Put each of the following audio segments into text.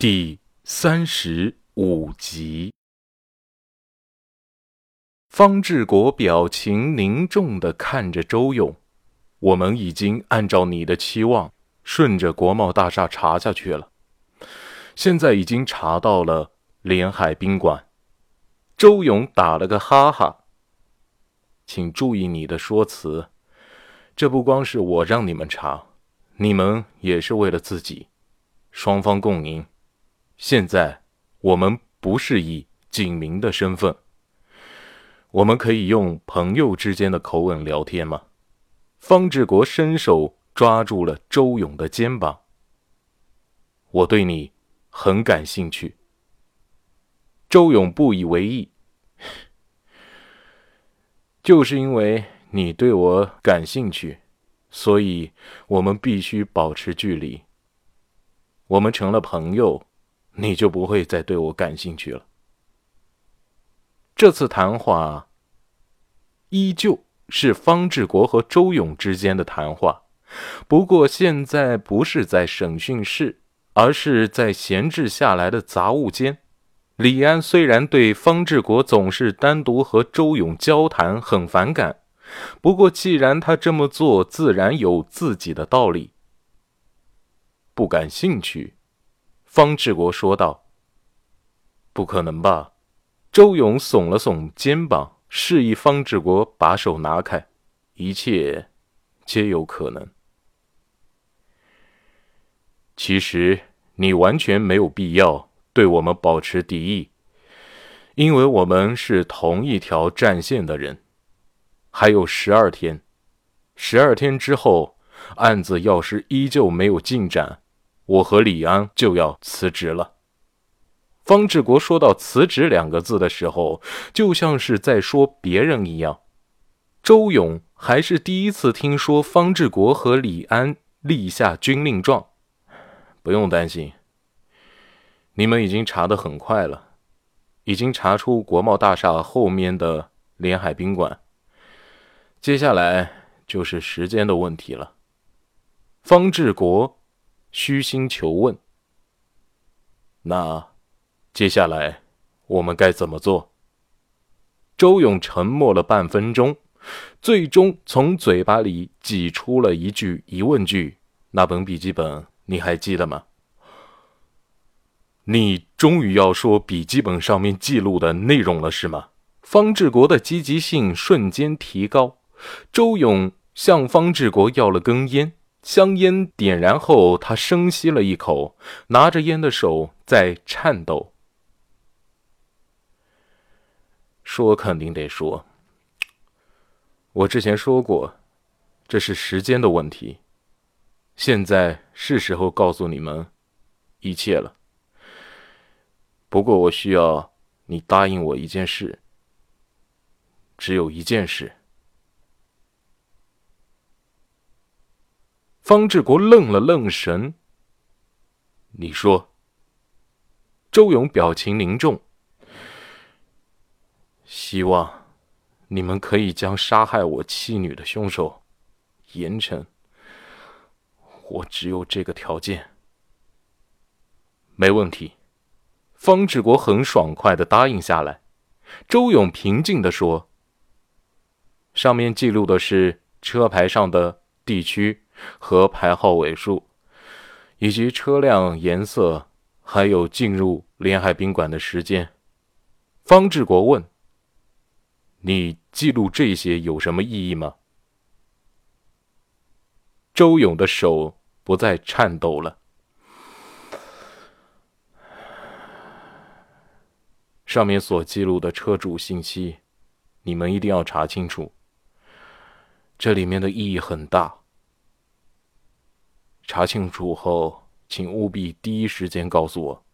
第35集。方志国表情凝重地看着周勇，我们已经按照你的期望，顺着国贸大厦查下去了。现在已经查到了连海宾馆。周勇打了个哈哈。请注意你的说辞，这不光是我让你们查，你们也是为了自己，双方共赢。现在我们不是以警民的身份，我们可以用朋友之间的口吻聊天吗？方志国伸手抓住了周勇的肩膀。我对你很感兴趣。周勇不以为意。就是因为你对我感兴趣，所以我们必须保持距离。我们成了朋友，你就不会再对我感兴趣了。这次谈话依旧是方志国和周勇之间的谈话，不过现在不是在审讯室，而是在闲置下来的杂物间。李安虽然对方志国总是单独和周勇交谈很反感，不过既然他这么做，自然有自己的道理。不感兴趣？方志国说道。不可能吧？周勇耸了耸肩膀，示意方志国把手拿开。一切皆有可能。其实你完全没有必要对我们保持敌意，因为我们是同一条战线的人。还有12天，12天之后，案子要是依旧没有进展，我和李安就要辞职了。方志国说到辞职2个字的时候，就像是在说别人一样。周勇还是第一次听说方志国和李安立下军令状。不用担心，你们已经查得很快了，已经查出国贸大厦后面的连海宾馆，接下来就是时间的问题了。方志国虚心求问。那接下来我们该怎么做？周勇沉默了半分钟，最终从嘴巴里挤出了一句疑问句：那本笔记本你还记得吗？你终于要说笔记本上面记录的内容了是吗？方志国的积极性瞬间提高。周勇向方志国要了根烟，香烟点燃后，他深吸了一口，拿着烟的手在颤抖。说肯定得说，我之前说过，这是时间的问题。现在是时候告诉你们一切了。不过我需要你答应我一件事，只有一件事。方志国愣了愣神。你说。周勇表情凝重。希望你们可以将杀害我妻女的凶手严惩。我只有这个条件。没问题。方志国很爽快地答应下来。周勇平静地说，上面记录的是车牌上的地区和牌号尾数，以及车辆颜色，还有进入连海宾馆的时间。方志国问，你记录这些有什么意义吗？周勇的手不再颤抖了。上面所记录的车主信息，你们一定要查清楚，这里面的意义很大。查清楚后，请务必第一时间告诉我。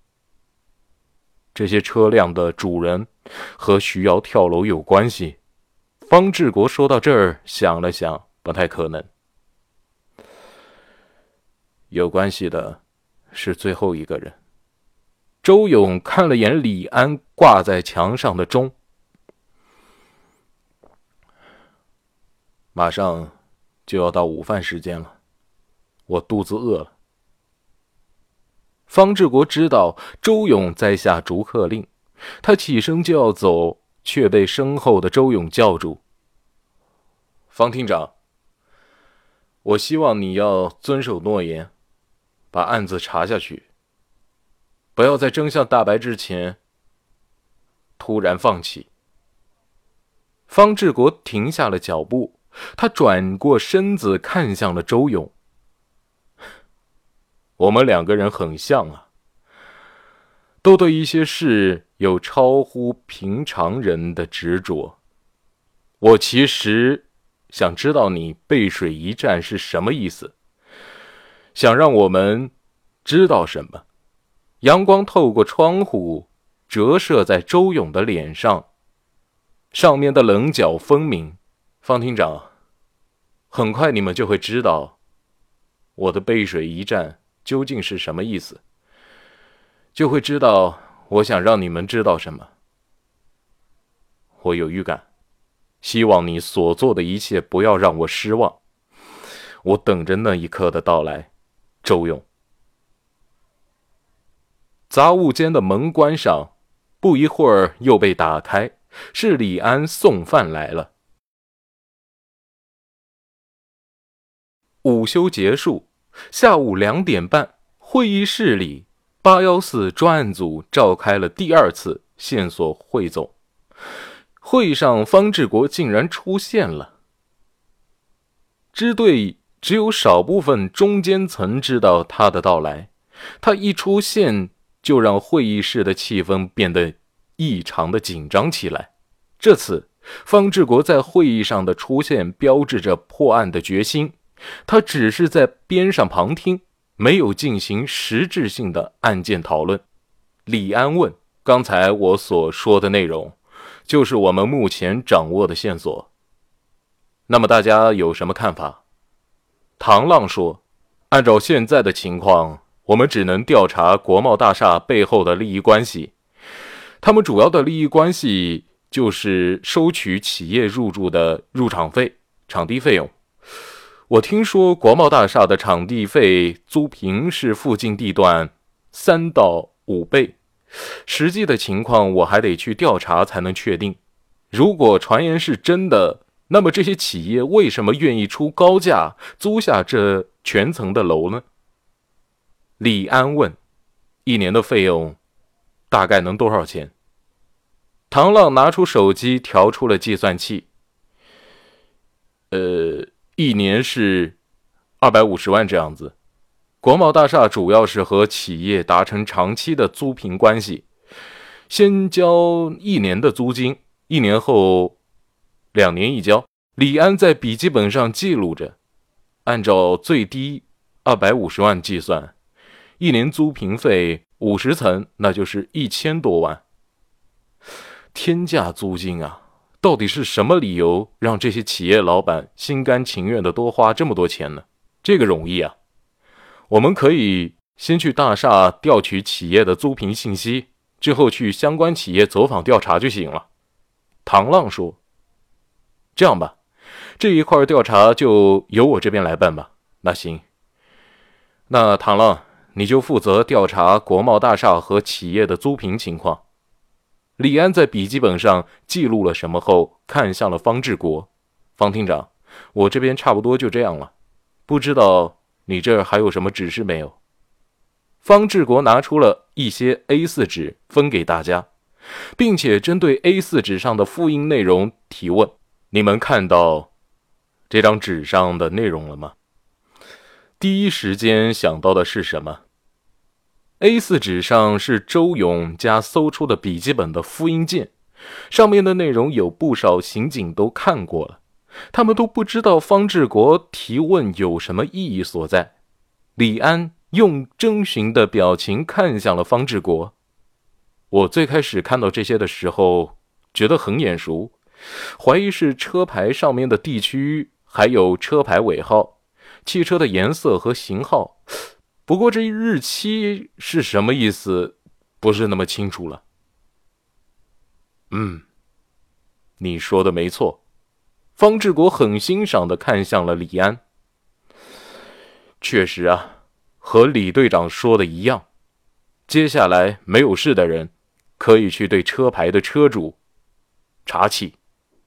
这些车辆的主人和徐瑶跳楼有关系。方志国说到这儿，想了想，不太可能。有关系的是最后一个人。周勇看了眼李安挂在墙上的钟，马上就要到午饭时间了，我肚子饿了。 方志国知道周勇在下逐客令，他起身就要走，却被身后的周勇叫住。方厅长，我希望你要遵守诺言，把案子查下去，不要在真相大白之前突然放弃。方志国停下了脚步，他转过身子看向了周勇。我们两个人很像啊，都对一些事有超乎平常人的执着。我其实想知道你背水一战是什么意思，想让我们知道什么。阳光透过窗户折射在周勇的脸上，上面的棱角分明。方厅长，很快你们就会知道我的背水一战究竟是什么意思，就会知道我想让你们知道什么。我有预感，希望你所做的一切不要让我失望。我等着那一刻的到来。周勇。杂物间的门关上，不一会儿又被打开，是李安送饭来了。午休结束，下午2点半，会议室里814专案组召开了第2次线索汇总。会议上，方志国竟然出现了。支队只有少部分中间层知道他的到来，他一出现就让会议室的气氛变得异常的紧张起来。这次方志国在会议上的出现标志着破案的决心，他只是在边上旁听，没有进行实质性的案件讨论。李安问：刚才我所说的内容就是我们目前掌握的线索，那么大家有什么看法？唐浪说：按照现在的情况，我们只能调查国贸大厦背后的利益关系，他们主要的利益关系就是收取企业入驻的入场费、场地费用。我听说国贸大厦的场地费租平是附近地段3到5倍，实际的情况我还得去调查才能确定。如果传言是真的，那么这些企业为什么愿意出高价租下这全层的楼呢？李安问：1年的费用大概能多少钱？唐浪拿出手机调出了计算器。1年是250万这样子。国贸大厦主要是和企业达成长期的租赁关系，先交1年的租金，1年后2年一交。李安在笔记本上记录着，按照最低250万计算，1年租赁费50层，那就是1000多万。天价租金啊！到底是什么理由让这些企业老板心甘情愿的多花这么多钱呢？这个容易啊，我们可以先去大厦调取企业的租赁信息，之后去相关企业走访调查就行了。唐浪说：这样吧，这一块调查就由我这边来办吧。那行，那唐浪你就负责调查国贸大厦和企业的租赁情况。李安在笔记本上记录了什么后，看向了方志国。方厅长，我这边差不多就这样了，不知道你这儿还有什么指示没有？方志国拿出了一些 A4 纸分给大家，并且针对 A4 纸上的复印内容提问：你们看到这张纸上的内容了吗？第一时间想到的是什么？A4 纸上是周勇家搜出的笔记本的复印件，上面的内容有不少刑警都看过了，他们都不知道方志国提问有什么意义所在。李安用征询的表情看向了方志国。我最开始看到这些的时候觉得很眼熟，怀疑是车牌上面的地区，还有车牌尾号、汽车的颜色和型号，不过这日期是什么意思不是那么清楚了。你说的没错。方志国很欣赏地看向了李安。确实啊，和李队长说的一样， 接下来没有事的人，可以去对车牌的车主查起。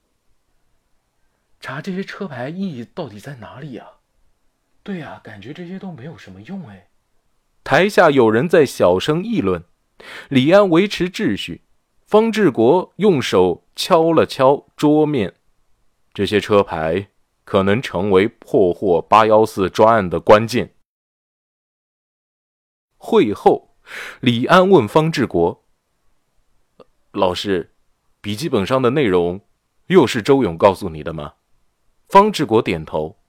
查这些车牌意义到底在哪里呀？对呀，感觉这些都没有什么用哎。 台下有人在小声议论，李安维持秩序，方志国用手敲了敲桌面。这些车牌可能成为破获814专案的关键。会后，李安问方志国：“老师，笔记本上的内容又是周勇告诉你的吗？”方志国点头：“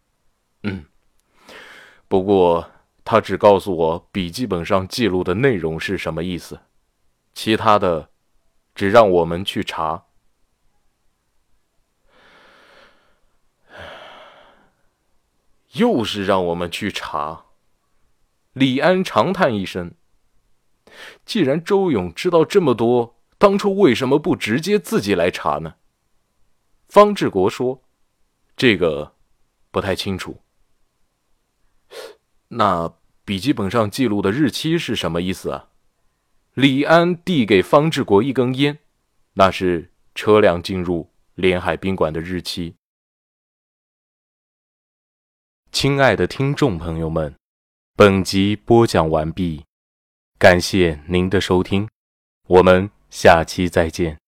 不过他只告诉我笔记本上记录的内容是什么意思，其他的只让我们去查。”又是让我们去查。李安长叹一声，既然周勇知道这么多，当初为什么不直接自己来查呢？方志国说：“这个不太清楚。”那笔记本上记录的日期是什么意思啊？李安递给方志国一根烟，那是车辆进入连海宾馆的日期。亲爱的听众朋友们，本集播讲完毕，感谢您的收听，我们下期再见。